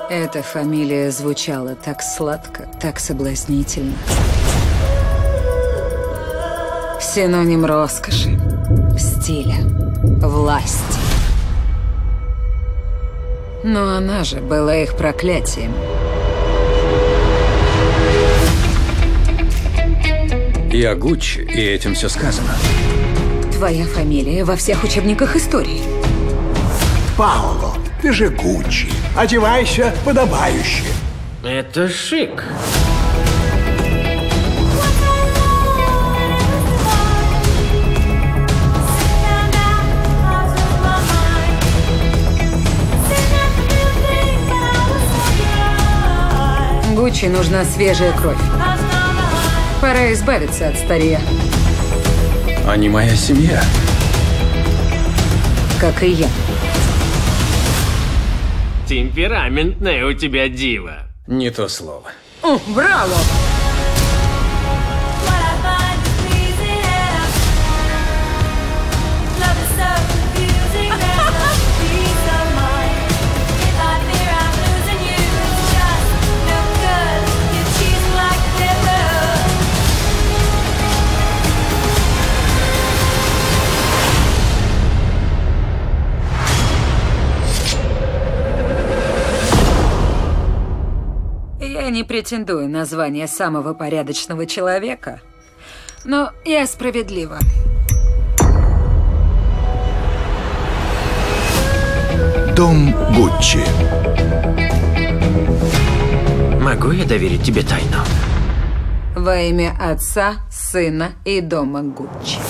Эта фамилия звучала так сладко, так соблазнительно. Синоним роскоши, стиля, власти. Но она же была их проклятием. Я Гуччи, и этим все сказано. Твоя фамилия во всех учебниках истории. Пауло, ты же Гуччи. Одевайся подобающе. Это шик. Гуччи нужна свежая кровь. Пора избавиться от старья. Они моя семья. Как и я. Темпераментная у тебя дива. Не то слово. Браво! Я не претендую на звание самого порядочного человека, но я справедлива. Дом Гуччи. Могу я доверить тебе тайну? Во имя Отца, Сына и Дома Гуччи.